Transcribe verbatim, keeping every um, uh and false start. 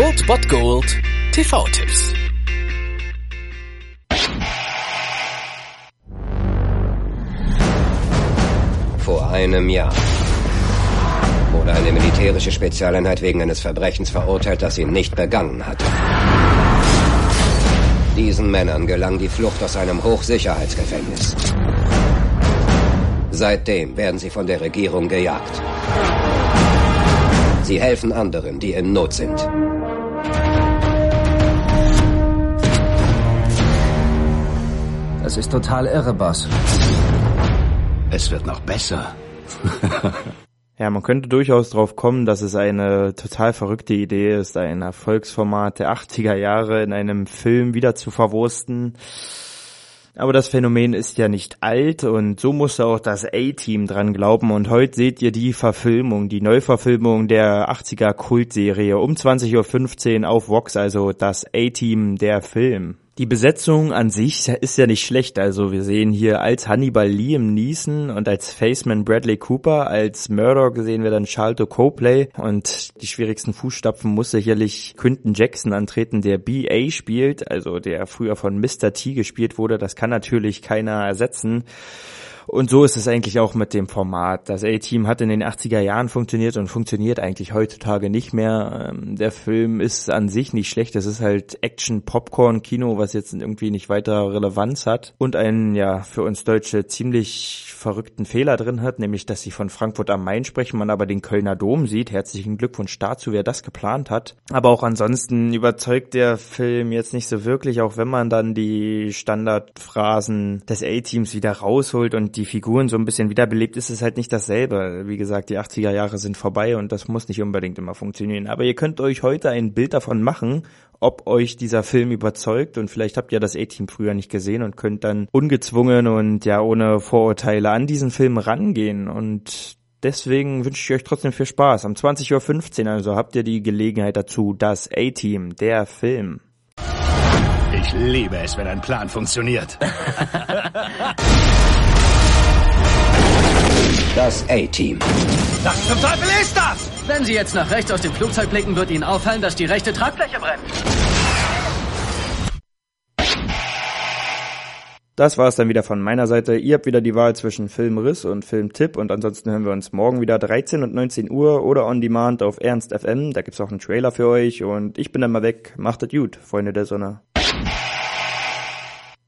Old Bot Gold T V-Tipps. Vor einem Jahr wurde eine militärische Spezialeinheit wegen eines Verbrechens verurteilt, das sie nicht begangen hatte. Diesen Männern gelang die Flucht aus einem Hochsicherheitsgefängnis. Seitdem werden sie von der Regierung gejagt. Sie helfen anderen, die in Not sind. Das ist total irre, Boss. Es wird noch besser. Ja, man könnte durchaus drauf kommen, dass es eine total verrückte Idee ist, ein Erfolgsformat der achtziger Jahre in einem Film wieder zu verwursten. Aber das Phänomen ist ja nicht alt und so musste auch das A-Team dran glauben. Und heute seht ihr die Verfilmung, die Neuverfilmung der achtziger Kultserie um zwanzig Uhr fünfzehn auf Vox, also das A-Team, der Film. Die Besetzung an sich ist ja nicht schlecht, also wir sehen hier als Hannibal Liam Neeson und als Faceman Bradley Cooper, als Murdoch sehen wir dann Sharlto Copley und die schwierigsten Fußstapfen muss sicherlich Quinton Jackson antreten, der B A spielt, also der früher von Mister T gespielt wurde, das kann natürlich keiner ersetzen. Und so ist es eigentlich auch mit dem Format. Das A-Team hat in den achtziger Jahren funktioniert und funktioniert eigentlich heutzutage nicht mehr. Der Film ist an sich nicht schlecht. Es ist halt Action-Popcorn-Kino, was jetzt irgendwie nicht weiter Relevanz hat. Und einen, ja, für uns Deutsche ziemlich verrückten Fehler drin hat, nämlich, dass sie von Frankfurt am Main sprechen, man aber den Kölner Dom sieht. Herzlichen Glückwunsch dazu, wer das geplant hat. Aber auch ansonsten überzeugt der Film jetzt nicht so wirklich, auch wenn man dann die Standardphrasen des A-Teams wieder rausholt und die Figuren so ein bisschen wiederbelebt, ist es halt nicht dasselbe. Wie gesagt, die achtziger Jahre sind vorbei und das muss nicht unbedingt immer funktionieren. Aber ihr könnt euch heute ein Bild davon machen, ob euch dieser Film überzeugt und vielleicht habt ihr das A-Team früher nicht gesehen und könnt dann ungezwungen und ja ohne Vorurteile an diesen Film rangehen und deswegen wünsche ich euch trotzdem viel Spaß. Am zwanzig Uhr fünfzehn also habt ihr die Gelegenheit dazu, das A-Team, der Film. Ich liebe es, wenn ein Plan funktioniert. Das A-Team. Was zum Teufel ist das? Wenn Sie jetzt nach rechts aus dem Flugzeug blicken, wird Ihnen auffallen, dass die rechte Tragfläche brennt. Das war es dann wieder von meiner Seite. Ihr habt wieder die Wahl zwischen Filmriss und Filmtipp und ansonsten hören wir uns morgen wieder dreizehn und neunzehn Uhr oder on demand auf Ernst F M. Da gibt's auch einen Trailer für euch und ich bin dann mal weg. Macht es gut, Freunde der Sonne.